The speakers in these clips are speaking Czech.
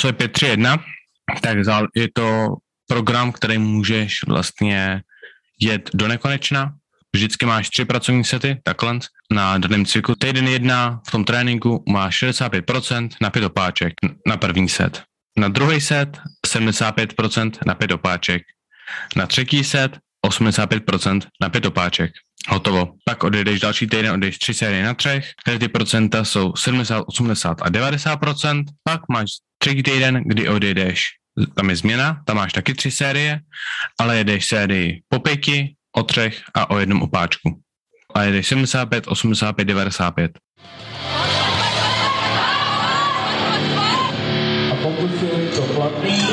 Co je 5-3-1? Tak je to program, který můžeš vlastně jet do nekonečna. Vždycky máš 3 pracovní sety, takhle, na daném cyklu. Týden 1 v tom tréninku máš 65% na 5 opáček na první set. Na druhý set 75% na 5 opáček. Na třetí set 85% na 5 opáček. Hotovo. Pak odejdeš další týden, odejdeš 3 série na 3, kde ty procenta jsou 70, 80 a 90%. Pak máš třetí týden, kdy odejdeš, tam je změna, tam máš taky 3 série, ale jedeš sérii po 5, o 3 a o 1 opáčku. A jedeš 75, 85, 95. A pokud je to platný...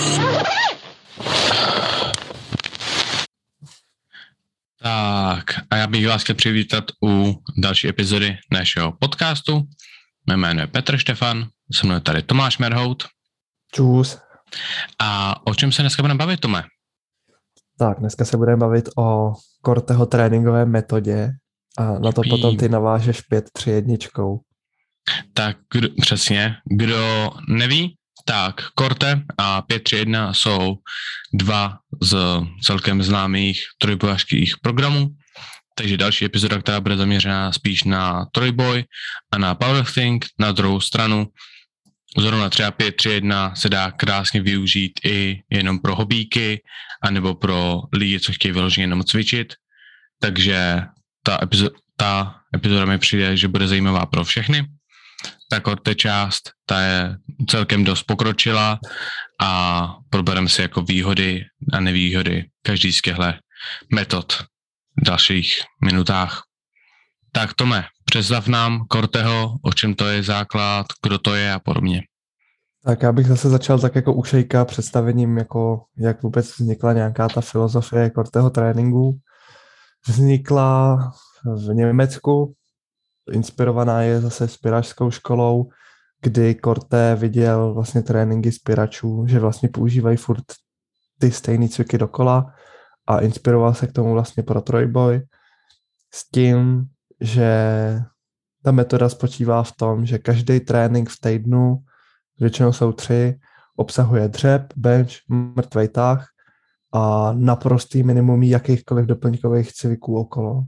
Tak, a já bych vás chtěl přivítat u další epizody našeho podcastu. Mé jméno je Petr Štefan, se mnou je tady Tomáš Merhout. Čus. A o čem se dneska budeme bavit, Tome? Tak, dneska se budeme bavit o Corteho tréninkové metodě a na to potom ty navážeš 5-3-1. Tak přesně, kdo neví, tak Corte a 5-3-1 jsou dva z celkem známých trojbojařských programů, takže další epizoda, která bude zaměřená spíš na trojboj a na powerlifting. Na druhou stranu zrovna třeba 5-3-1 se dá krásně využít i jenom pro hobíky anebo pro lidi, co chtějí vyloženě jenom cvičit, takže ta epizoda mi přijde, že bude zajímavá pro všechny. Ta Corte část, ta je celkem dost pokročila a probereme si jako výhody a nevýhody každý z těchto metod v dalších minutách. Tak Tome, představ nám Corteho, o čem to je základ, kdo to je a podobně. Tak já bych zase začal tak jako u šejka představením, jako jak vůbec vznikla nějaká ta filozofie Corteho tréninku. Vznikla v Německu, inspirovaná je zase spiračskou školou, kdy Corte viděl vlastně tréninky spiračů, že vlastně používají furt ty stejné cviky dokola a inspiroval se k tomu vlastně pro trojboj s tím, že ta metoda spočívá v tom, že každý trénink v týdnu, většinou jsou 3, obsahuje dřep, bench, mrtvej tah a naprostý minimum jakýchkoliv doplňkových cviků okolo.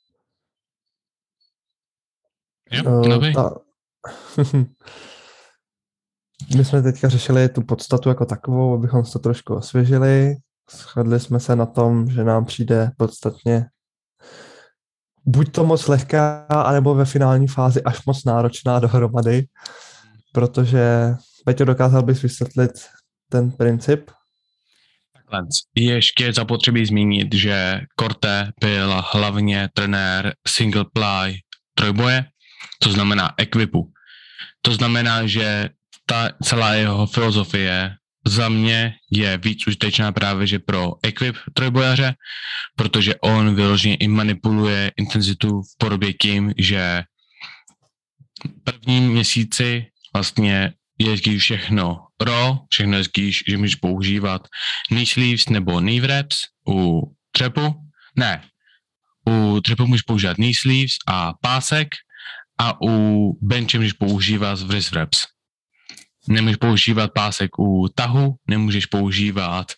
My jsme teďka řešili tu podstatu jako takovou, abychom se to trošku osvěžili. Shodli jsme se na tom, že nám přijde podstatně buď to moc lehká, anebo ve finální fázi až moc náročná dohromady, protože Peťo, dokázal bys vysvětlit ten princip? Takhle, ještě zapotřebí zmínit, že Corte byl hlavně trenér single ply trojboje, to znamená equipu. To znamená, že ta celá jeho filozofie za mě je víc užitečná právě že pro equip trojbojaře, protože on vyloženě i manipuluje intenzitu v podobě tím, že první měsíci vlastně jezdíš všechno raw, všechno jezdíš, že můžeš používat knee sleeves nebo knee wraps u dřepu. Ne, u dřepu můžeš používat knee sleeves a pásek a u benche můžeš používat wrist wraps. Nemůžeš používat pásek u tahu, nemůžeš používat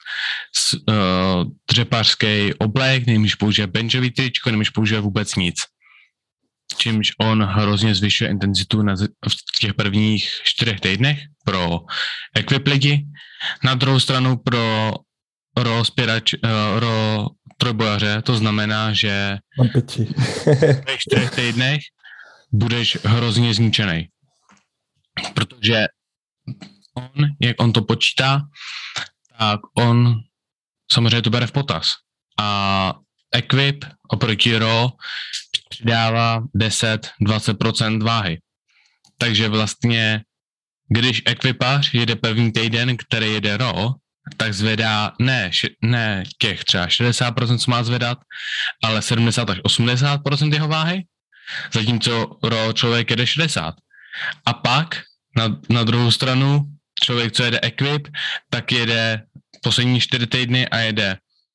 dřepařský oblek, nemůžeš používat benchový tričko, nemůžeš používat vůbec nic. Čímž on hrozně zvyšuje intenzitu v těch prvních 4 týdnech pro equip lidi. Na druhou stranu pro trojbojaře to znamená, že ve 4 týdnech budeš hrozně zničený. Protože jak on to počítá, tak on samozřejmě to bere v potaz. A equip oproti raw přidává 10-20% váhy. Takže vlastně, když equipař jede první týden, který jede raw, tak zvedá ne těch třeba 60%, co má zvedat, ale 70 až 80% jeho váhy, zatímco raw člověk jede 60. A pak na druhou stranu člověk, co jede equip, tak jede poslední 4 týdny a jede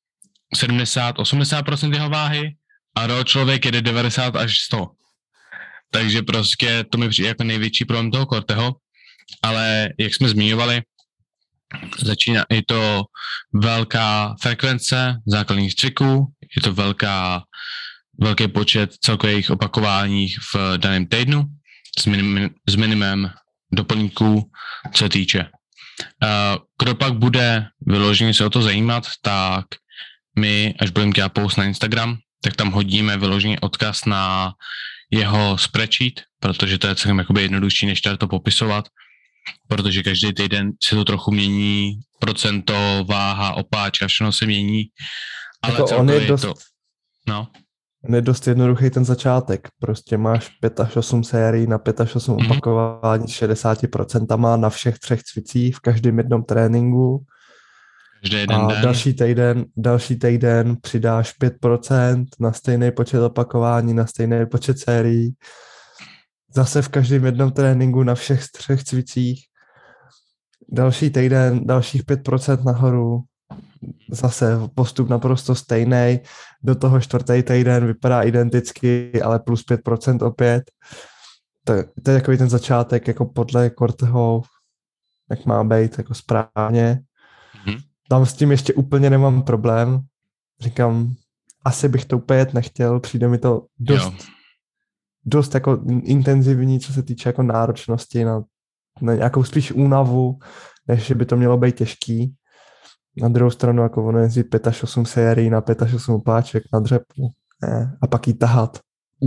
70-80% jeho váhy a raw člověk jede 90 až 100. Takže prostě to mi přijde jako největší problém toho Corteho, ale jak jsme zmiňovali, začíná i to velká frekvence základních cviků, je to velký počet celkových opakování v daném týdnu s minimem doplňků, co se týče. Kdo pak bude vyloženě se o to zajímat, tak my, až budeme dělat post na Instagram, tak tam hodíme vyloženě odkaz na jeho spreadsheet, protože to je celkem jakoby jednodušší, než tady to popisovat, protože každý týden se to trochu mění, procento, váha, opáčka, všechno se mění, ale jako celkově on je dost, to... No. on je dost jednoduchý ten začátek, prostě máš 5 až 8 sérií na 5 až 8 opakování s 60% na všech 3 cvicích v každém jednom tréninku. A další týden přidáš 5% na stejný počet opakování, na stejný počet sérií. Zase v každém jednom tréninku na všech 3 cvicích. Další týden, dalších 5% nahoru. Zase postup naprosto stejný. Do toho 4. týden vypadá identicky, ale plus 5% opět. To je takový ten začátek, jako podle Corteho, jak má být, jako správně. Tam s tím ještě úplně nemám problém. Říkám, asi bych to úplně nechtěl, přijde mi to dost jako intenzivní, co se týče jako náročnosti na nějakou spíš únavu, než by to mělo být těžký. Na druhou stranu, jako ono jezdí 5 až 8 sérií na 5 až 8 páček na dřepu a pak jí tahat.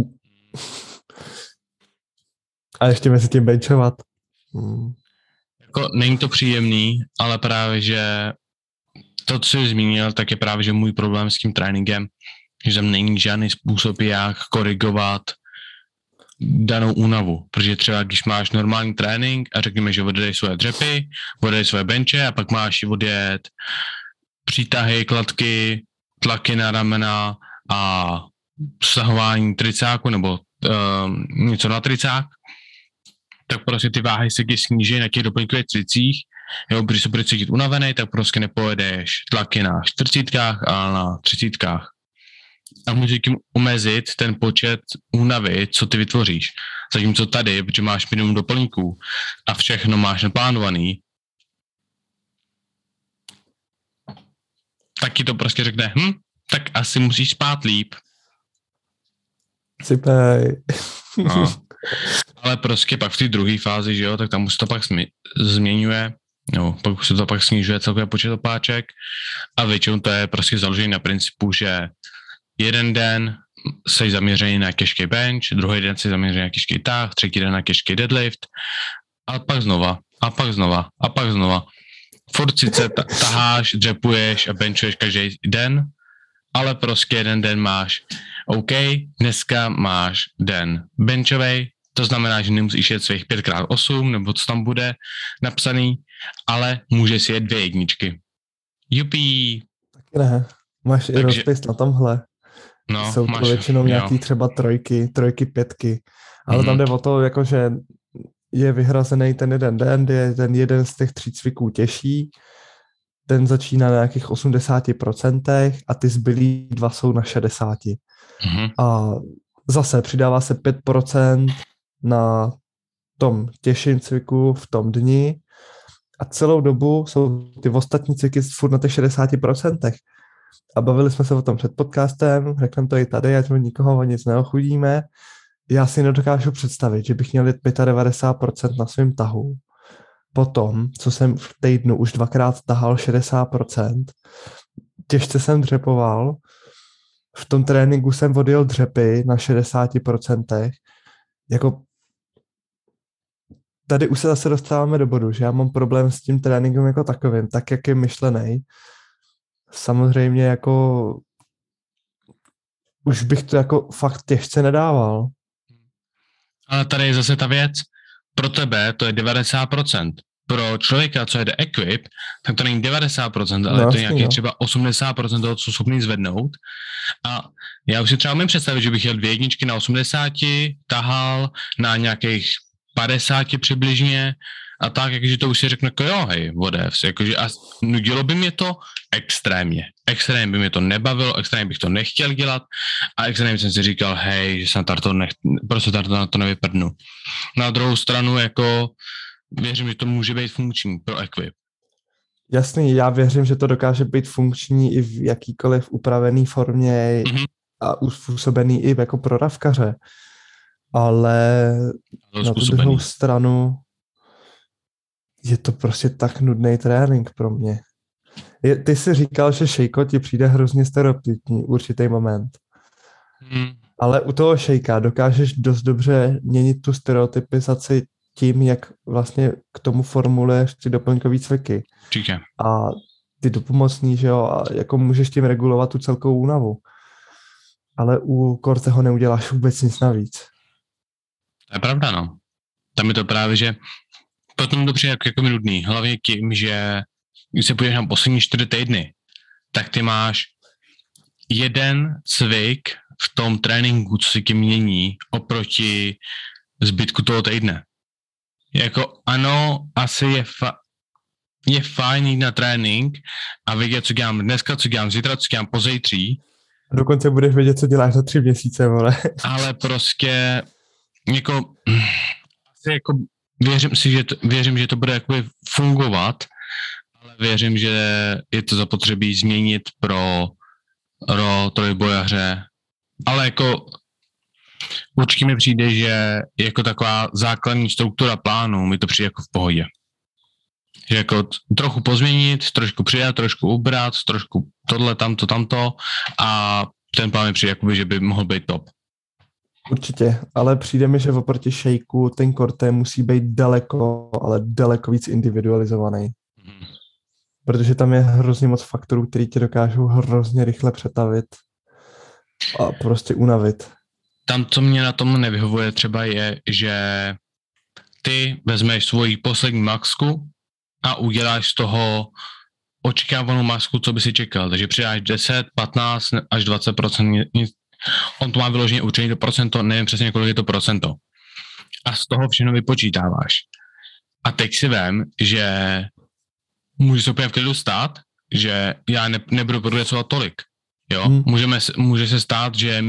A ještě mezi tím benchovat. Jako není to příjemný, ale právě, že to, co jsi zmínil, tak je právě, že můj problém s tím tréninkem, že tam není žádný způsob, jak korigovat danou únavu, protože třeba když máš normální trénink a řekněme, že odjedeš svoje dřepy, odjedeš svoje benče a pak máš odjet přítahy, kladky, tlaky na ramena a stahování tricáku nebo něco na tricák, tak prostě ty váhy se sníží na těch doplňkových cvicích, jo, když se bude cítit unavený, tak prostě nepojedeš tlaky na 40, ale na 30. A může tím omezit ten počet únavy, co ty vytvoříš. Zatímco tady, protože máš minimum doplňků a všechno máš naplánovaný, tak ti to prostě řekne, tak asi musíš spát líp. Sypej. No. Ale prostě pak v té druhé fázi, že jo, tak tam už to pak změňuje, no, pak se to pak snižuje celkový počet opáček a většinou to je prostě založený na principu, že jeden den jsi zaměřený na těžký bench, druhý den jsi zaměřený na těžký tah, třetí den na těžký deadlift a pak znova, a pak znova, a pak znova. Furt sice taháš, dřepuješ a benchuješ každý den, ale prostě jeden den máš OK, dneska máš den benchovej, to znamená, že nemusíš jet svých 5x8, nebo co tam bude napsaný, ale můžeš si jet 2 jedničky. Jupí! Taky ne, máš i rozpis na tomhle. No, jsou to většinou nějaký třeba trojky, 5, ale tam jde o to, jakože je vyhrazený ten jeden den, je ten jeden z těch 3 cviků těžší, ten začíná na nějakých 80% a ty zbylý 2 jsou na 60%. A zase přidává se 5% na tom těžším cviku v tom dni a celou dobu jsou ty ostatní cviky furt na těch 60%. A bavili jsme se o tom před podcastem, řekneme to i tady, ať nikoho o nic neochudíme. Já si nedokážu představit, že bych měl jít 95% na svém tahu. Potom, co jsem v týdnu už 2krát tahal 60%, těžce jsem dřepoval, v tom tréninku jsem odjel dřepy na 60%. Jako tady už se zase dostáváme do bodu, že já mám problém s tím tréninkem jako takovým, tak jak je myšlený. Samozřejmě jako už bych to jako fakt těžce nedával. Ale tady je zase ta věc, pro tebe to je 90%. Pro člověka, co jede equip, tak to není 90%, ale to je nějakých třeba 80% toho, co schopný zvednout. A já už si třeba můžu představit, že bych jel 2 jedničky na 80, tahal na nějakých 50 přibližně a tak, jakože to už si řeknu, jako jo, hej, whatevs, jakože a nudilo by mě to extrémně by mě to nebavilo, extrémně bych to nechtěl dělat a extrémně jsem si říkal, hej, že jsem prostě na to nevyprdnu. Na druhou stranu, jako věřím, že to může být funkční pro Equip. Jasný, já věřím, že to dokáže být funkční i v jakýkoliv upravený formě a uspůsobený i jako pro ravkaře. Ale na tu druhou stranu je to prostě tak nudný trénink pro mě. Ty jsi říkal, že šejko ti přijde hrozně stereotypní určitý moment. Ale u toho šejka dokážeš dost dobře měnit tu stereotypizaci tím, jak vlastně k tomu formuluješ ty doplňkový cviky. Určitě. A ty dopomocný, že jo, a jako můžeš tím regulovat tu celkovou únavu. Ale u Korte ho neuděláš vůbec nic navíc. To je pravda, no. Tam je to právě, že potom to přijde jako nudný. Hlavně tím, že když se půjdeš na poslední 4 týdny, tak ty máš jeden cvik v tom tréninku, co se tím mění oproti zbytku toho týdne. Jako ano, asi je fajn jít na trénink a vědět, co dělám dneska, co dělám zítra, co dělám pozítří. A dokonce budeš vědět, co děláš za 3 měsíce, vole. Ale prostě jako, asi jako věřím, že to bude jakoby fungovat, ale věřím, že je to zapotřebí změnit pro trojbojaře. Ale jako určitě mi přijde, že jako taková základní struktura plánu mi to přijde jako v pohodě. Že jako trochu pozměnit, trošku přidat, trošku ubrat, trošku tohle, tamto a ten plán mi přijde, jakoby, že by mohl být top. Určitě, ale přijde mi, že oproti šejku ten Korte musí být daleko, ale daleko víc individualizovaný. Protože tam je hrozně moc faktorů, který tě dokážou hrozně rychle přetavit a prostě unavit. Tam, co mě na tom nevyhovuje třeba je, že ty vezmeš svoji poslední maxku a uděláš z toho očekávanou masku, co by si čekal. Takže přidáš 10, 15 až 20%. On to má vyloženě určený to procento, nevím přesně, kolik je to procento. A z toho všechno vypočítáváš. A teď si vem, že může se úplně v klidu stát, že já nebudu progresovat tolik. Jo? Může se stát, že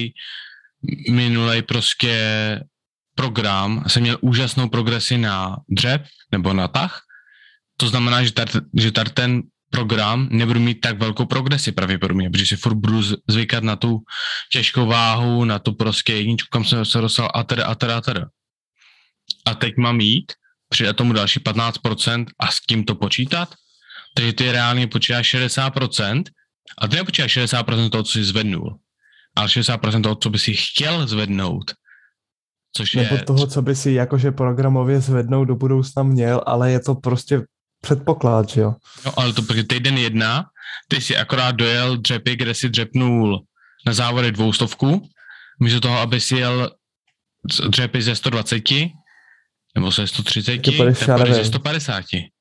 minulej prostě program jsem měl úžasnou progresi na dřep nebo na tah. To znamená, že tady ten program nebudu mít tak velkou progresi pravděpodobně, protože si furt budu zvykat na tu těžkou váhu, na tu prostě jedničku, kam jsem se dostal a teda. A teď mám jít, přidat tomu další 15% a s tím to počítat, takže ty reálně počítáš 60% a ty nepočítáš 60% toho, co jsi zvednul, ale 60% toho, co by si chtěl zvednout. Což nebo je toho, co by si jakože programově zvednout do budoucna měl, ale je to prostě předpoklad, že jo? No, ale to protože týden 1, ty si akorát dojel dřepy, kde si dřepnul na závody 200, místo toho, aby si jel dřepy ze 120, nebo ze 130, tak půjdeš ze 150.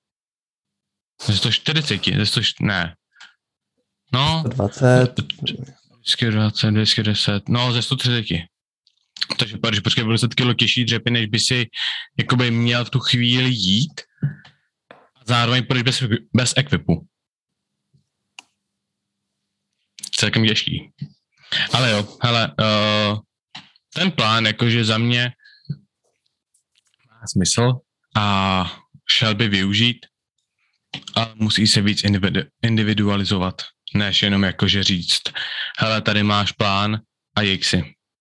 Ze 140, ne. No. 120. 220, 210, no ze 130. Takže počkej, bylo 10 kilo těžší dřepy, než by si jakoby měl v tu chvíli jít. Zároveň půjdeš bez equipu. Celkem těžký. Ale jo, hele, ten plán jakože za mě má smysl a šel by využít, ale musí se víc individualizovat, než jenom jakože říct, hele, tady máš plán a jik si.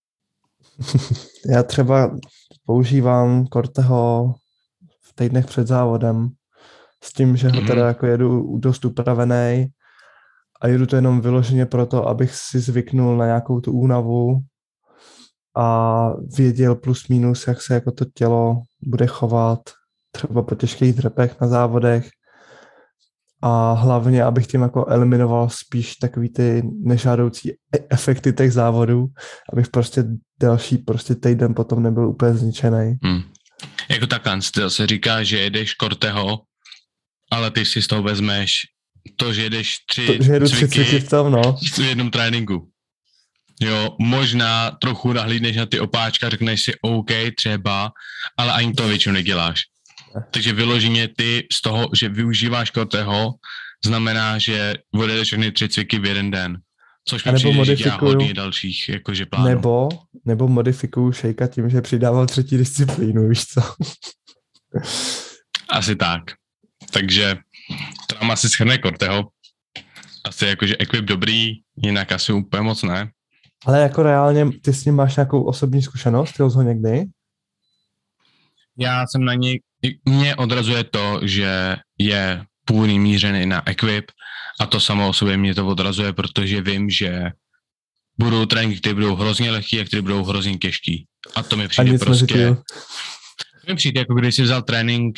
Já třeba používám Korteho v týdnech před závodem s tím, že ho teda jako jedu dost upravený a jedu to jenom vyloženě proto, abych si zvyknul na nějakou tu únavu a věděl plus minus, jak se jako to tělo bude chovat třeba po těžkých dřepech na závodech a hlavně, abych tím jako eliminoval spíš takový ty nežádoucí efekty těch závodů, abych prostě další prostě týden potom nebyl úplně zničený. Jako takhle se říká, že jedeš Korteho, ale ty si z toho vezmeš to, že jedeš 3 cviky v tom, no. v jednom tréninku. Jo, možná trochu nahlídneš na ty opáčka, řekneš si OK třeba, ale ani to většinou neděláš. Takže vyloženě ty z toho, že využíváš Korteho, znamená, že odjedeš všechny 3 cviky v jeden den. Což mi přijde, že dělá hodně dalších jakože plánů. Nebo modifikuju šejka tím, že přidával 3. disciplínu, víš co? Asi tak. Takže to nám asi shrne Corteho. Asi jakože Equip dobrý, jinak asi úplně moc ne. Ale jako reálně, ty s ním máš nějakou osobní zkušenost? Ty ho někdy? Já jsem na něj, mě odrazuje to, že je původně mířený na Equip a to samo o sobě mě to odrazuje, protože vím, že budou tréninky, které budou hrozně lehký a které budou hrozně těžký. A to mi přijde prostě... To mi přijde, jako když jsi vzal trénink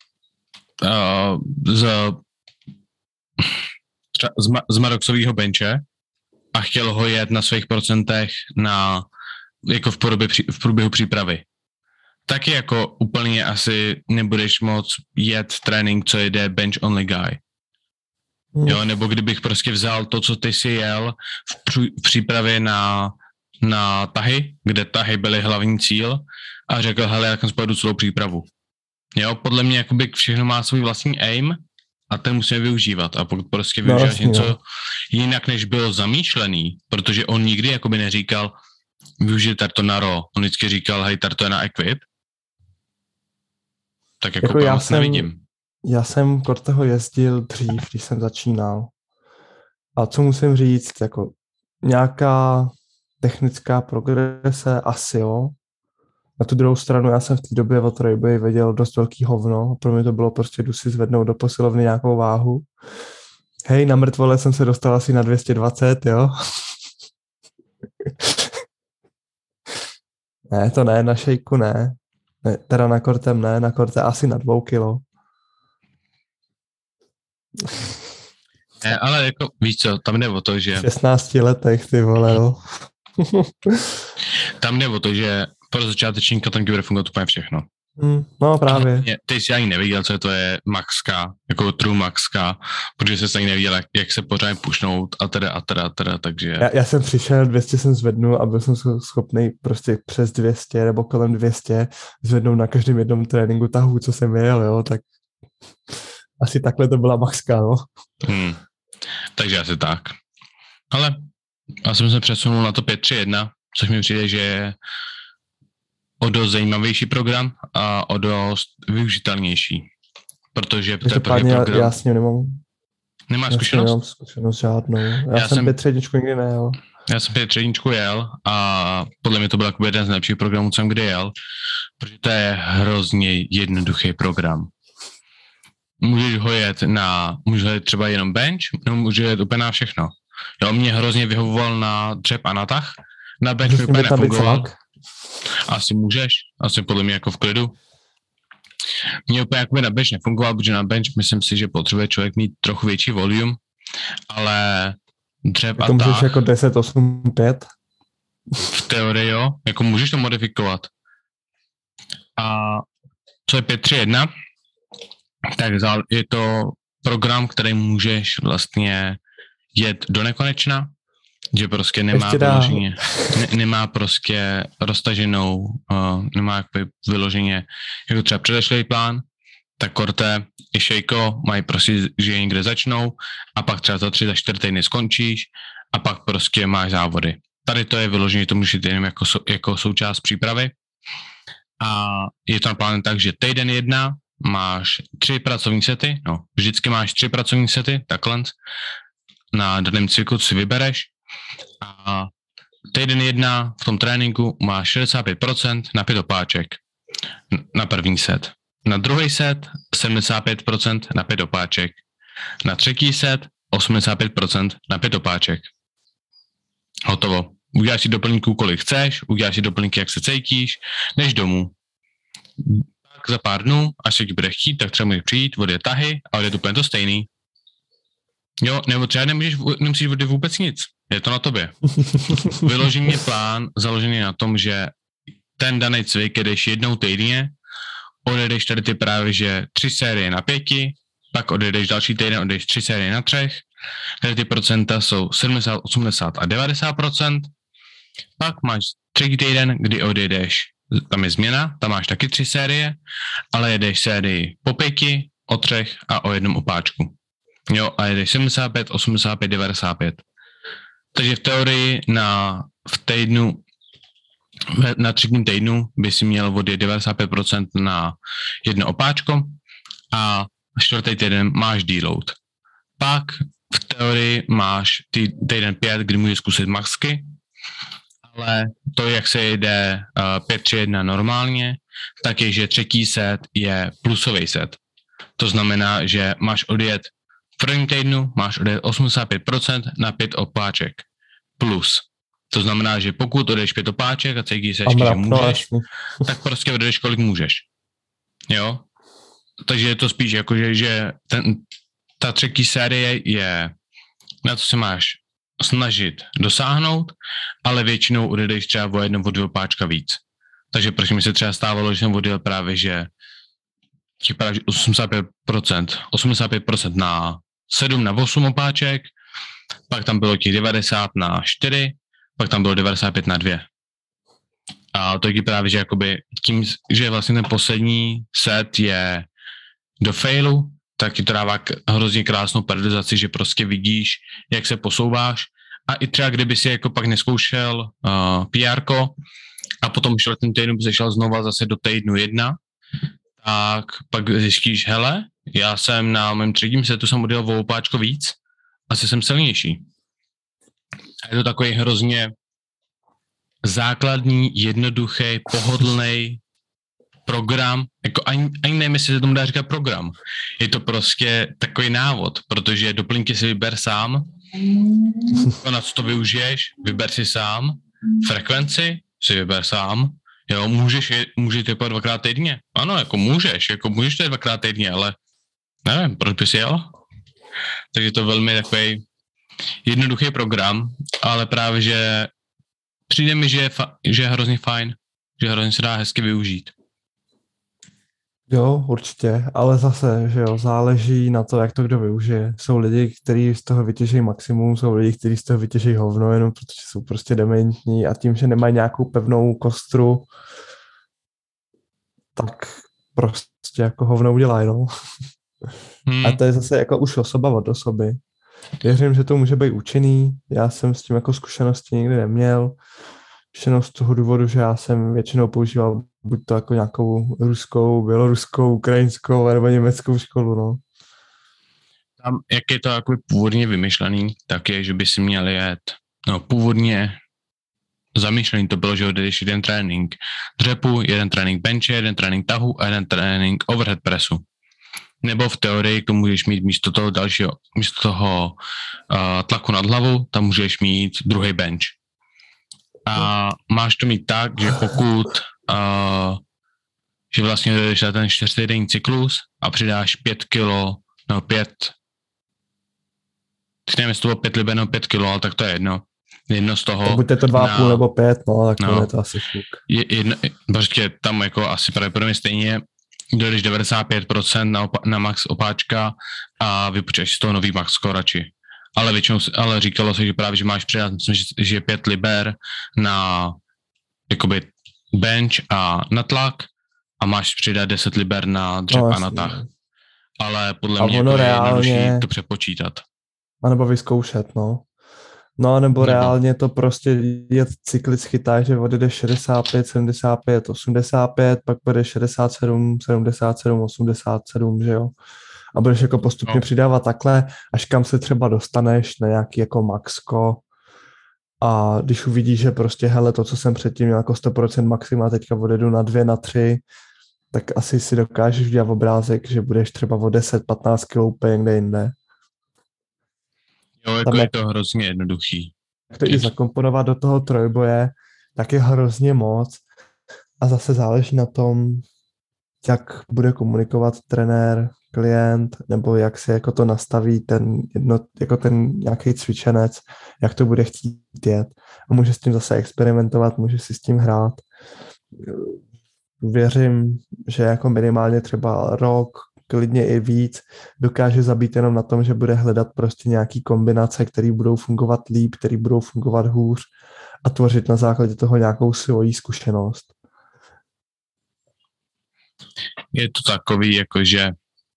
z Maroxového benče a chtěl ho jet na svých procentech jako v průběhu přípravy. Taky jako úplně asi nebudeš moc jet trénink, co jede bench only guy. Jo, nebo kdybych prostě vzal to, co ty si jel v přípravě na tahy, kde tahy byly hlavní cíl a řekl, hele, já pojedu celou přípravu. Jo, podle mě jakoby všechno má svůj vlastní aim a ten musíme využívat. A pokud prostě využíváš něco jinak, než bylo zamýšlený, protože on nikdy jakoby neříkal, využij to na raw. On vždycky říkal, hej, to je na equip. Tak jako já nevidím. Já jsem Corteho jezdil dřív, když jsem začínal. A co musím říct, jako nějaká technická progrese asi jo. Na tu druhou stranu já jsem v té době o trojboji věděl dost velký hovno. Pro mě to bylo prostě, jdu si zvednout do posilovny nějakou váhu. Hej, na mrtvole jsem se dostal asi na 220, jo. Ne, to ne, na šejku ne. Teda na kortem ne, na korte asi na 2 kilo. Ne, ale jako víš co, tam jde o to, že... V 16 letech, ty vole, jo. Tam jde o to, že pro začátečníka tam bude fungovat úplně všechno. No právě. Ty jsi ani neviděl, co to je maxka, jako true maxka, protože jsi ani neviděl, jak se pořádně pušnout a teda, takže... Já jsem přišel, 200 jsem zvednul a byl jsem schopný prostě přes 200 nebo kolem 200 zvednout na každém jednom tréninku tahu, co jsem jel, jo, tak asi takhle to byla maxka, no. Takže asi tak. Ale já jsem se přesunul na to 5-3-1, což mi přijde, že je o dost zajímavější program a o dost využitelnější. Protože to je první program. Já s ním nemám. Nemáš zkušenost? Nemám zkušenost žádnou. Já jsem 5-3 nikdy nejel. Já jsem 5-3 jel a podle mě to byl jako jeden z nejlepších programů, co jsem kdy jel, protože to je hrozně jednoduchý program. Můžeš ho jet třeba jenom bench, nebo můžeš jet úplně na všechno. Jo, mě hrozně vyhovoval na dřep a na tah. Na bench mi úplně nefungoval. Asi můžeš, asi podle mě jako v klidu. Mě úplně jakoby na bench nefungoval, protože na bench myslím si, že potřebuje člověk mít trochu větší volume, ale dřep a tah... můžeš jako 10, 8, 5? V teorii jo, jako můžeš to modifikovat. A co je 5-3-1, tak je to program, který můžeš vlastně jet do nekonečna, že prostě nemá prostě roztaženou, nemá jakoby vyloženě jako třeba předešlý plán, tak Corte i Šejko mají prostě, že někde začnou a pak třeba za 3, za 4 týdny skončíš a pak prostě máš závody. Tady to je vyloženě, to můžeš jít jenom jako součást přípravy a je to naplánované tak, že týden 1 máš 3 pracovní sety, vždycky máš 3 pracovní sety, takhle, na daném cyklu si vybereš a týden 1 v tom tréninku máš 65% na 5 opáček na první set. Na druhý set 75% na 5 opáček. Na třetí set 85% na 5 opáček. Hotovo. Uděláš si doplňků, kolik chceš, uděláš si doplňky, jak se cítíš, jdeš domů. Tak za pár dnů, až se ti bude chtít, tak třeba můžeš přijít, odjet tahy a odjet úplně to stejný. Jo, nebo třeba nemusíš odjet vůbec nic. Je to na tobě. Vyložený plán založený na tom, že ten daný cvik jdeš jednou týdně, odejdeš tady ty právě, že 3 série na 5, pak odejdeš další týden, odejdeš 3 série na 3, tady ty procenta jsou 70, 80 a 90%, pak máš 3 týden, kdy odejdeš, tam je změna, tam máš taky 3 série, ale jedeš sérii po 5, o 3 a o 1 opáčku. Jo, a jedeš 75, 85, 95. Takže v teorii v týdnu Na 3 týdnu by si měl odjet 95% na jedno opáčko a 4. týden máš deload. Pak v teorii máš týden 5, kdy můžeš zkusit maxky, ale to, jak se jede 5-3-1 normálně, tak je, že 3. set je plusový set. To znamená, že máš odjet v prvním týdnu, máš odjet 85% na 5 opáček plus. To znamená, že pokud odejdeš 5 opáček a cítíš se, že můžeš, tak prostě odejdeš, kolik můžeš. Jo? Takže je to spíš jako, že ta 3. série je, na co se máš snažit dosáhnout, ale většinou odejdeš třeba o 1, o 2 opáčka víc. Takže proč mi se třeba stávalo, že jsem odjel právě, že 85% na 7 na 8 opáček, pak tam bylo těch 90 na 4, pak tam bylo 95 na 2. A to je právě, že jakoby tím, že vlastně ten poslední set je do failu, tak ti to dává hrozně krásnou periodizaci, že prostě vidíš, jak se posouváš. A i třeba kdyby si jako pak neskoušel PR-ko a potom šel ten týden, by se šel znova zase do týdnu 1, tak pak zjistíš, hele, já jsem na mém 3. setu jsem odjel o opáčko víc, asi jsem silnější. A je to takový hrozně základní, jednoduchý, pohodlný program, jako ani nevím, jestli se tomu dá říkat program. Je to prostě takový návod, protože doplňky si vyber sám, na co to využiješ, vyber si sám, frekvenci si vyber sám, jo, můžeš jako 2x týdně. Ano, jako můžeš to 2x týdně, ale nevím, proč bys jel? Takže to je velmi takový jednoduchý program, ale právě, že přijde mi, že je hrozně fajn, že hrozně se dá hezky využít. Jo, určitě, ale zase, že jo, záleží na to, jak to kdo využije. Jsou lidi, kteří z toho vytěží maximum, jsou lidi, kteří z toho vytěží hovno, jenom protože jsou prostě dementní a tím, že nemají nějakou pevnou kostru, tak prostě jako hovno udělají, no. A to je zase jako už osoba od osoby. Věřím, že to může být účinný, já jsem s tím jako zkušenosti nikdy neměl, jenom z toho důvodu, že já jsem většinou používal buď to jako nějakou ruskou, běloruskou, ukrajinskou nebo německou školu, no. Tam, jak je to jako původně vymyšlený, tak je, že by si měl jet, no původně zamýšlený to bylo, že odjedeš jeden trénink dřepu, jeden trénink benche, jeden trénink tahu a jeden trénink overhead pressu. Nebo v teorii to můžeš mít místo toho tlaku nad hlavu, tam můžeš mít druhý bench. A máš to mít tak, že pokud že vlastně jdeš na ten 4týdenní cyklus a přidáš 5 kilo, no 5, nevím, jestli to bylo 5 liber nebo 5 kilo, ale tak to je jedno. Jedno z toho. Buď je to 2,5 nebo 5, no, tak to je to asi fuk. Prostě tam jako asi pravděpodobně stejně jdeš 95% na max opáčka a vypočítáš z toho nový max skorači. Ale říkalo se, že právě, že máš přidat, myslím, že je 5 liber na jakoby bench a na tlak a máš přidat 10 liber na dřep a na tah. Ale podle mě to je jednodušší to přepočítat. A nebo vyzkoušet, no. No, nebo reálně to prostě je cyklicky chytáš, že odjede 65, 75, 85, pak bude 67, 77, 87, že jo. A budeš jako postupně přidávat takhle, až kam se třeba dostaneš na nějaký jako maxko. A když uvidíš, že prostě hele, to, co jsem předtím měl jako 100% maxima, teďka odjedu na 2, na 3, tak asi si dokážeš udělat obrázek, že budeš třeba o 10-15 kg úplně někde jinde. Jo, jako je to hrozně jednoduchý. Jak to i zakomponovat do toho trojboje, tak je hrozně moc. A zase záleží na tom, jak bude komunikovat trenér, klient, nebo jak se jako to nastaví ten nějaký cvičenec, jak to bude chtít jet. A může s tím zase experimentovat, může si s tím hrát. Věřím, že jako minimálně třeba rok, klidně i víc, dokáže zabít jenom na tom, že bude hledat prostě nějaký kombinace, které budou fungovat líp, které budou fungovat hůř a tvořit na základě toho nějakou svoji zkušenost. Je to takový, jakože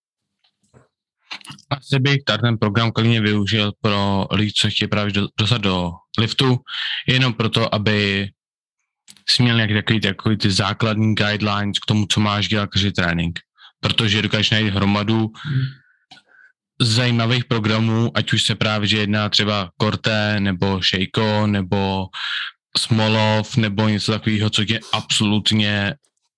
asi bych ten program klidně využil pro lidi, co chtějí právě dostat do liftu, jenom proto, aby jsi měl nějaký takový ty základní guidelines k tomu, co máš dělat každý trénink. Protože dokážeš najít hromadu zajímavých programů, ať už se právě že jedná třeba Corte, nebo Sheiko, nebo Smolov, nebo něco takového, co tě absolutně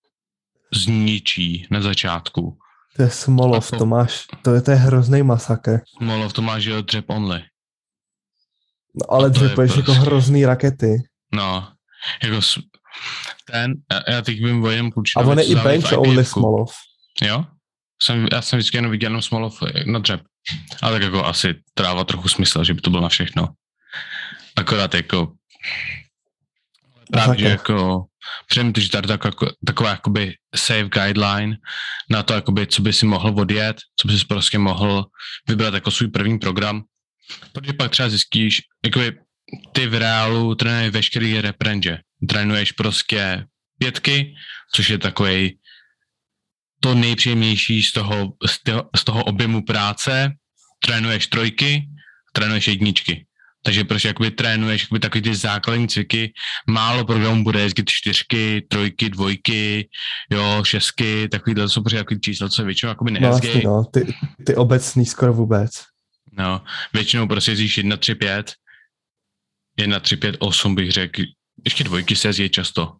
zničí na začátku. To je Smolov, to je hrozný masakr. Smolov to máš, jo, dřep only. No, ale dřepuješ jako hrozný rakety. No, jako já teď vím o jednom klučinu. A on je i bench only Smolov. Jo? Já jsem vždycky jenom viděl jenom Smolov na dřep. Ale tak jako asi trává trochu smysl, že by to bylo na všechno. Akorát jako právě, že jako přemýšlím, že tady taková jakoby safe guideline na to, jakoby, co by si mohl odjet, co by si prostě mohl vybrat jako svůj první program. Protože pak třeba zjistíš, jakoby ty v reálu trénuješ veškerý rep range. Trénuješ prostě 5, což je takovej to nejpříjemnější z toho objemu práce. Trénuješ 3, trénuješ 1. Takže prostě jakoby trénuješ jakoby takový ty základní cviky, málo programů bude jezdit 4, 3, 2, jo, 6, takovýhle jsou prostě takový čísla, co většinou jakoby nejezdí. No, ty obecný skoro vůbec. No, většinou prostě jezdíš 1, 3, 5, 1, 3, 5, 8 bych řekl, ještě 2 se jezdí často.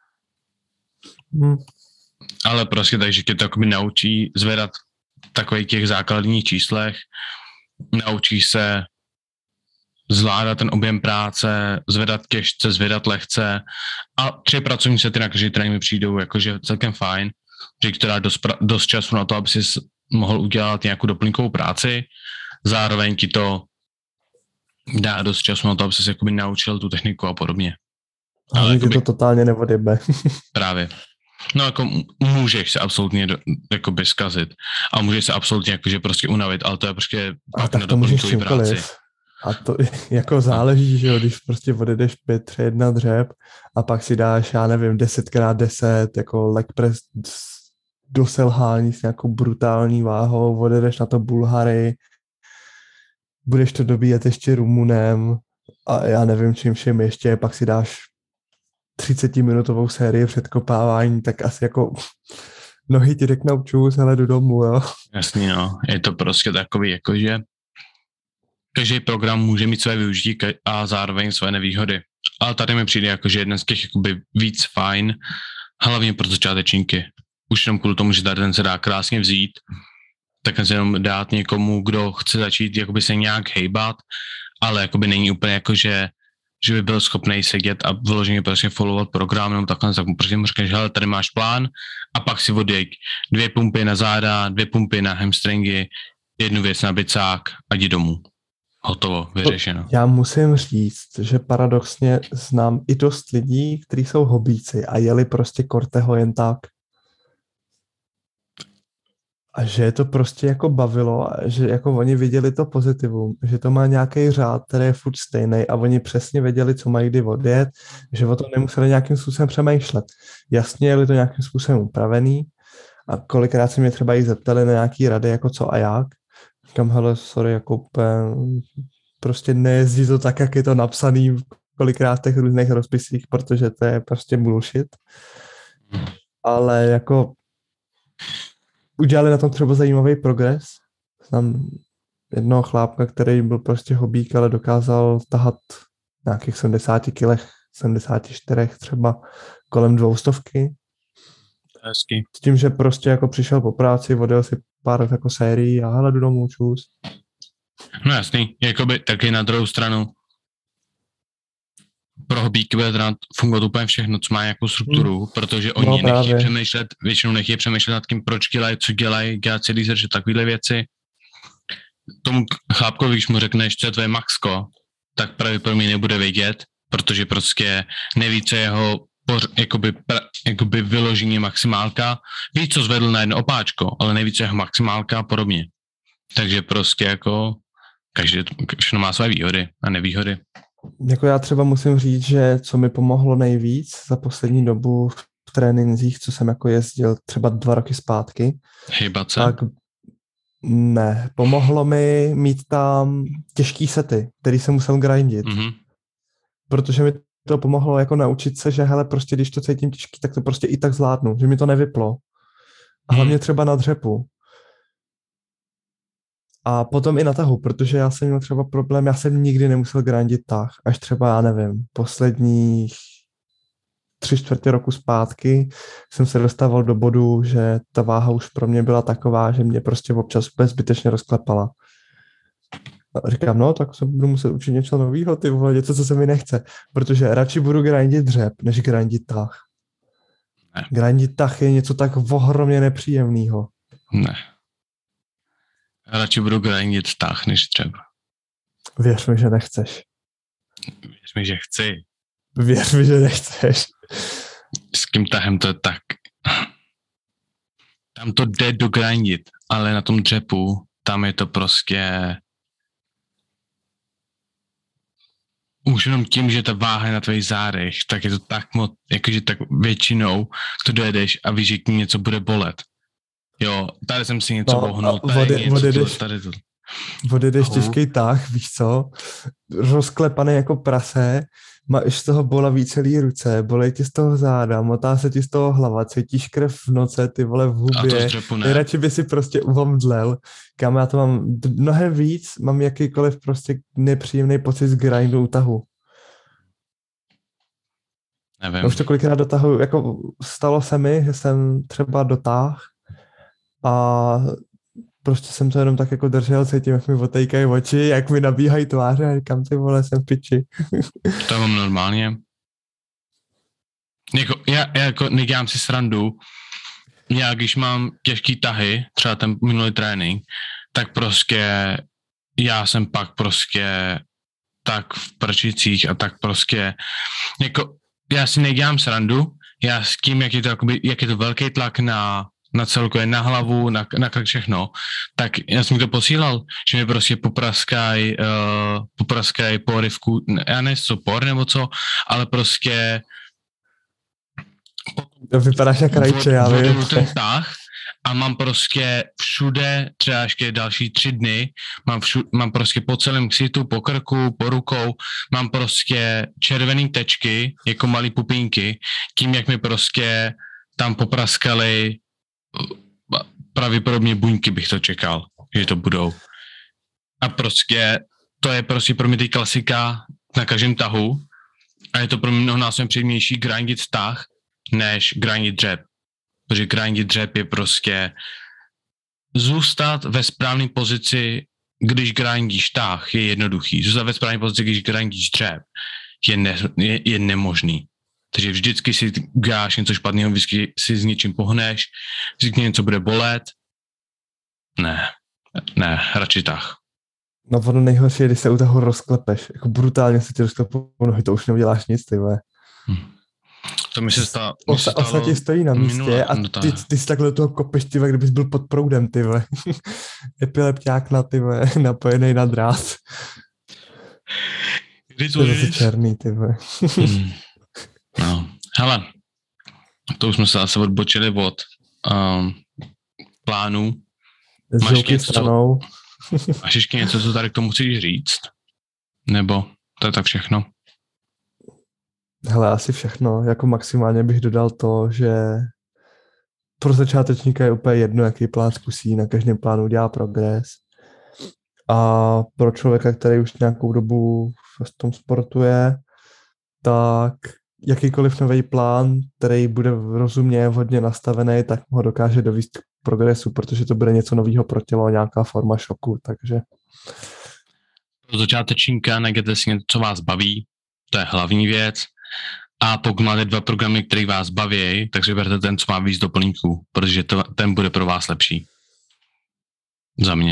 Ale prostě takže tě to jakoby naučí zvedat takových těch základních číslech, naučí se zvládat ten objem práce, zvedat těžce, zvedat lehce a 3 pracovní sety na každý trénink mi přijdou jakože celkem fajn, že to dá dost času na to, aby si mohl udělat nějakou doplňkovou práci, zároveň ti to dá dost času na to, aby si jakoby naučil tu techniku a podobně. Ale jakoby, to totálně neodjebe. Právě. No jako můžeš se absolutně jakoby zkazit a můžeš se absolutně jakože prostě unavit, ale to je prostě pak na doplňkový práci. A to jako záleží, že jo, když prostě odjedeš 5, 3, 1 dřep a pak si dáš, já nevím, 10x10 jako leg press do selhání s nějakou brutální váhou, odjedeš na to Bulhary, budeš to dobíjet ještě Rumunem a já nevím čím všem ještě, pak si dáš 30-minutovou sérii předkopávání, tak asi jako nohy ti řeknou čus, hele, jdu domů, jo. Jasný, no, je to prostě takový, jakože každý program může mít své využití a zároveň své nevýhody. Ale tady mi přijde jakože jeden z těch jakoby víc fajn, hlavně pro začátečníky. Už jenom kvůli tomu, že tady ten se dá krásně vzít, tak se jenom dát někomu, kdo chce začít jakoby se nějak hejbat, ale jakoby není úplně jakože že by byl schopný sedět a vyloženě prostě followovat program, nebo takhle, tak prostě mu řekneš, hele, tady máš plán a pak si odjeď 2 pumpy na záda, 2 pumpy na hamstringy, 1 věc na bicák a jdi domů. Hotovo, vyřešeno. Já musím říct, že paradoxně znám i dost lidí, kteří jsou hobíci a jeli prostě Corteho jen tak. A že je to prostě jako bavilo, že jako oni viděli to pozitivum, že to má nějaký řád, který je furt stejný a oni přesně věděli, co mají kdy odjet, že o tom nemuseli nějakým způsobem přemýšlet. Jasně jeli to nějakým způsobem upravený a kolikrát se mě třeba i zeptali na nějaký rady, jako co a jak. Říkám, hele, sorry, jako prostě nejezdí to tak, jak je to napsaný kolikrát v těch různých rozpisích, protože to je prostě bullshit. Ale jako udělali na tom třeba zajímavý progres. Znám jednoho chlápka, který byl prostě hobík, ale dokázal tahat nějakých 70 kilech, 74 třeba kolem 200. Hezky. S tím, že prostě jako přišel po práci, odjel si pár jako sérií a hele, jdu domů, čus. No jasný, jakoby taky na druhou stranu pro hobíky bude teda fungovat úplně všechno, co má nějakou strukturu, protože oni nechtějí přemýšlet, většinou nechtějí přemýšlet nad tím, proč dělají, co dělají, dělat celý že takovýhle věci. Tomu chlápkovi, když mu řekneš, co je tvoje maxko, tak pravděpodobně nebude vědět, protože prostě neví, co je jeho jakoby vyložení maximálka. Ví, co zvedl na jedno opáčko, ale neví, co je jeho maximálka a podobně. Takže prostě jako všechno má své výhody a nevýhody. Jako já třeba musím říct, že co mi pomohlo nejvíc za poslední dobu v trénincích, co jsem jako jezdil třeba 2 roky zpátky. Hejbat se? Tak ne, pomohlo mi mít tam těžký sety, který jsem musel grindit. Mm-hmm. Protože mi to pomohlo jako naučit se, že hele, prostě když to cítím těžký, tak to prostě i tak zvládnu, že mi to nevyplo. A hlavně třeba na dřepu. A potom i na tahu, protože já jsem měl třeba problém, já jsem nikdy nemusel grindit tah, až třeba, já nevím, posledních 3/4 roku zpátky jsem se dostával do bodu, že ta váha už pro mě byla taková, že mě prostě občas úplně zbytečně rozklepala. A říkám, no, tak se budu muset učit něco nového, ty vole, něco, co se mi nechce, protože radši budu grindit dřep, než grindit tah. Grindit tah je něco tak ohromně nepříjemného. Ne. Radši budu grindit tah, než dřep. Věř mi, že nechceš. Věř mi, že chci. Věř mi, že nechceš. S tím tahem to je tak. Tam to jde dogrindit, ale na tom dřepu, tam je to prostě už jenom tím, že ta váha je na tvých zádech, tak je to tak moc, jakože tak většinou to dojedeš a víš, že ti něco bude bolet. Jo, tady jsem si něco bohnul, tady to. Odjedeš těžký tah, víš co, rozklepaný jako prase, máš z toho bolaví celý ruce, bolej ti z toho záda, motá se ti z toho hlava, cítíš krev v noce, ty vole v hubě, nejradši by si prostě uvomdlel. Kam já to mám mnohem víc, mám jakýkoliv prostě nepříjemný pocit z grindu tahu. Nevím. Už to kolikrát dotahu, jako stalo se mi, že jsem třeba dotáhl a prostě jsem to jenom tak jako držel, cítím, jak mi otejkají oči, jak mi nabíhají tváře a říkám, ty vole, jsem v piči. To mám normálně. Já jako nedělám si srandu. Já když mám těžký tahy, třeba ten minulý trénink, tak prostě já jsem pak prostě tak v prčicích a tak prostě jako já si nedělám srandu, já s tím, jak je to velký tlak na celkově, na hlavu, na krk, všechno, tak já jsem mi to posílal, že mi prostě popraskaj porivku, já nevím, co por nebo co, ale prostě to vypadáš jak rajče, já vím. Ten tah a mám prostě všude, třeba ještě další 3 dny, mám prostě po celém ksitu, po krku, po rukou, mám prostě červený tečky, jako malý pupínky, tím, jak mi prostě tam popraskali pravděpodobně buňky, bych to čekal, že to budou. A prostě to je prostě pro mě teď klasika na každém tahu a je to pro mě mnohonásobně příjemnější grindit tah, než grindit dřep. Protože grindit dřep je prostě zůstat ve správné pozici, když grindíš tah, je jednoduchý. Zůstat ve správné pozici, když grindíš dřep, je nemožný. Takže vždycky si uděláš něco špatného, vždycky si s něčím pohneš, vždycky něco bude bolet. Ne, radši tah. No ono nejhorší je, když se u toho rozklepeš. Jako brutálně se ti rozklepou nohy, to už neuděláš nic, ty vole. To mi se stalo. Osa ti stojí na místě a ty si takhle do toho kopeš, ty vole, kdybys byl pod proudem, ty vole. Epilepťák na, ty vole, napojený na drát. To je zase černý, ty vole. No, hele, to už jsme se zase odbočili od plánů. Máš ještě něco, co tady k tomu chceš říct? Nebo to je tak všechno? Hele, asi všechno. Jako maximálně bych dodal to, že pro začátečníka je úplně jedno, jaký plán zkusí, na každém plánu udělá progres. A pro člověka, který už nějakou dobu v tom sportuje, tak jakýkoliv nový plán, který bude rozumně hodně nastavený, tak ho dokáže dovést k progresu, protože to bude něco nového pro tělo, nějaká forma šoku, takže... Pro začátečníka najděte si něco, co vás baví, to je hlavní věc. A pokud máte 2 programy, které vás baví, tak si vyberte ten, co má víc doplňků, protože ten bude pro vás lepší. Za mě.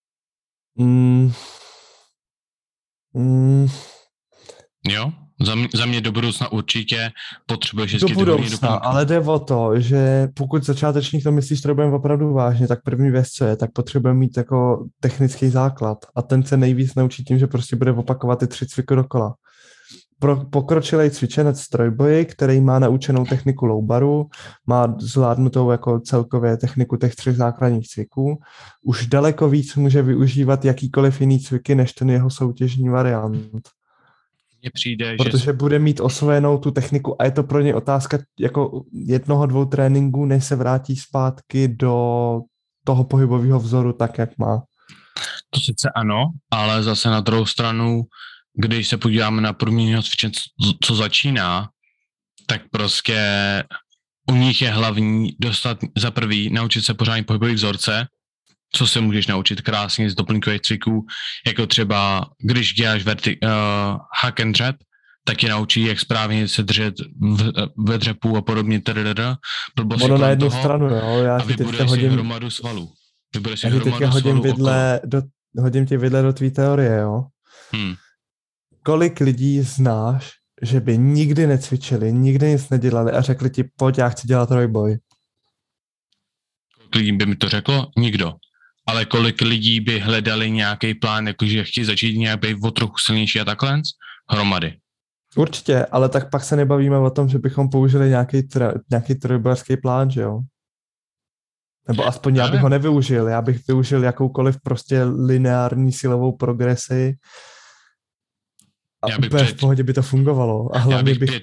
Jo? Za mě do budoucna určitě potřebuješ hezky do budoucna, ale jde o to, že pokud začátečník to myslíš, že budeme opravdu vážně, tak první věc, co je, tak potřebujeme mít jako technický základ a ten se nejvíc naučí tím, že prostě bude opakovat ty 3 cviky dokola. Pokročilej cvičenec trojboji, který má naučenou techniku low baru, má zvládnutou jako celkově techniku těch 3 základních cviků, už daleko víc může využívat jakýkoliv jiný cviky, než ten jeho soutěžní variant. Mně přijde, protože bude mít osvojenou tu techniku a je to pro ně otázka jako 1-2 tréninků, než se vrátí zpátky do toho pohybového vzoru tak, jak má. To sice ano, ale zase na druhou stranu, když se podíváme na průměrného cvičence, co začíná, tak prostě u nich je hlavní dostat za prvý, naučit se pořádně pohybový vzorce, co se můžeš naučit krásně z doplňkových cviků, jako třeba, když děláš hack and trap, tak je naučí, jak správně se držet ve dřepu a podobně. Ono na jednu stranu, jo. Já a ti teďka hodím hromadu svalů. Já ti teďka hodím ti vidle do tvý teorie, jo. Kolik lidí znáš, že by nikdy necvičili, nikdy nic nedělali a řekli ti, pojď, já chci dělat trojboj? Kolik lidí by mi to řeklo? Nikdo. Ale kolik lidí by hledali nějaký plán, jakože chtějí začít nějak být o trochu silnější a takhle? Hromady. Určitě, ale tak pak se nebavíme o tom, že bychom použili nějaký trojbojovský plán, že jo? Nebo aspoň já bych ho nevyužil. Já bych využil jakoukoliv prostě lineární silovou progresi a úplně v pohodě by to fungovalo. A hlavně bych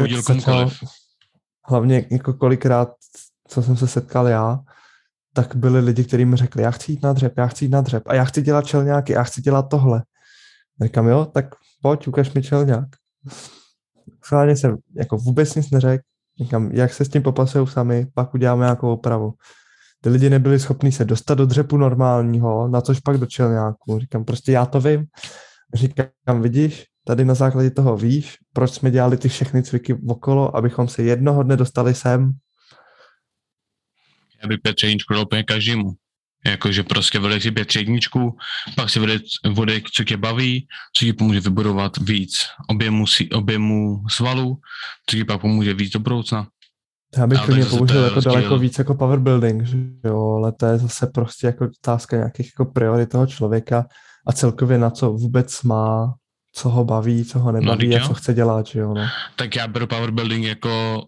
kolikrát, co jsem se setkal já, tak byli lidi, kteří mi řekli, já chci jít na dřep a já chci dělat čelňáky, já chci dělat tohle. Říkám, jo, tak pojď, ukaž mi čelňák. Schválně jsem jako vůbec nic neřekl. Říkám, jak se s tím popasují sami, pak uděláme nějakou opravu. Ty lidi nebyli schopni se dostat do dřepu normálního, na což pak do čelňáku. Říkám, prostě já to vím. Říkám, vidíš, tady na základě toho víš, proč jsme dělali ty všechny cviky okolo, abychom se jednoho dne dostali sem. Já bych 5 jedničku dal úplně každému. Jakože prostě vedeš si 5 jedničku, pak si vedeš, co tě baví, co ti pomůže vybudovat víc objemu svalů, co ti pak pomůže víc do budoucna. Já bych klidně použil jako daleko víc jako powerbuilding, že jo, ale to je zase prostě jako otázka nějakých jako priorit toho člověka a celkově na co vůbec má, co ho baví, co ho nebaví a co chce dělat, že jo, no. Tak já beru powerbuilding jako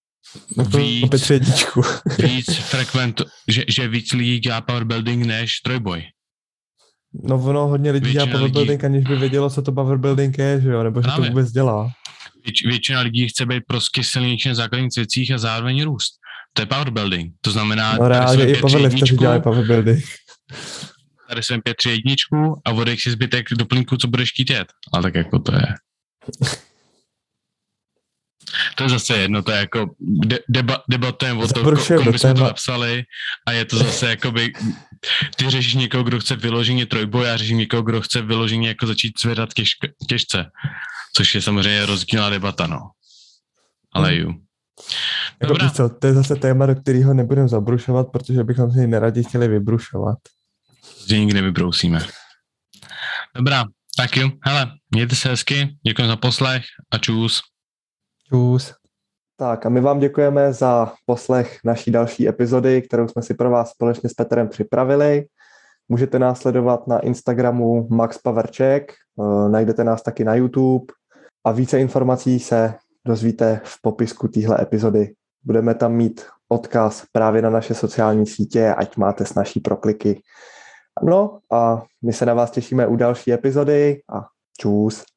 víc frekvent, že víc lidí dělá powerbuilding než trojboj. No ono hodně lidí dělá powerbuilding, aniž by vědělo, co to powerbuilding je, že jo, nebo že to vůbec dělá. Většina lidí chce být prostě silnější na základních cvicích a zároveň růst. To je powerbuilding. To znamená, no reálně i powerlifteři dělají powerbuilding. Tady jsem 5-3 jedničku a vodek si zbytek doplňku, co budeš chtít jet. Ale tak jako to je. To je zase jedno, to je jako debatujeme o tom, komu bychom to napsali a je to zase jakoby, ty řešíš někoho, kdo chce vyloženě trojboj a řeším někoho, kdo chce vyloženě jako začít zvedat těžce, což je samozřejmě rozdílná debata, no. Ale jo. Jako víš co, to je zase téma, do kterého nebudeme zabrušovat, protože bychom si neradi chtěli vybrušovat. Že nikdy nevybrousíme. Dobrá, tak jo, hele, mějte se hezky, děkuji za poslech a čus. Čus. Tak a my vám děkujeme za poslech naší další epizody, kterou jsme si pro vás společně s Petrem připravili. Můžete nás sledovat na Instagramu maxpowercheck, najdete nás taky na YouTube a více informací se dozvíte v popisku téhle epizody. Budeme tam mít odkaz právě na naše sociální sítě, ať máte snazší prokliky. No a my se na vás těšíme u další epizody a čus.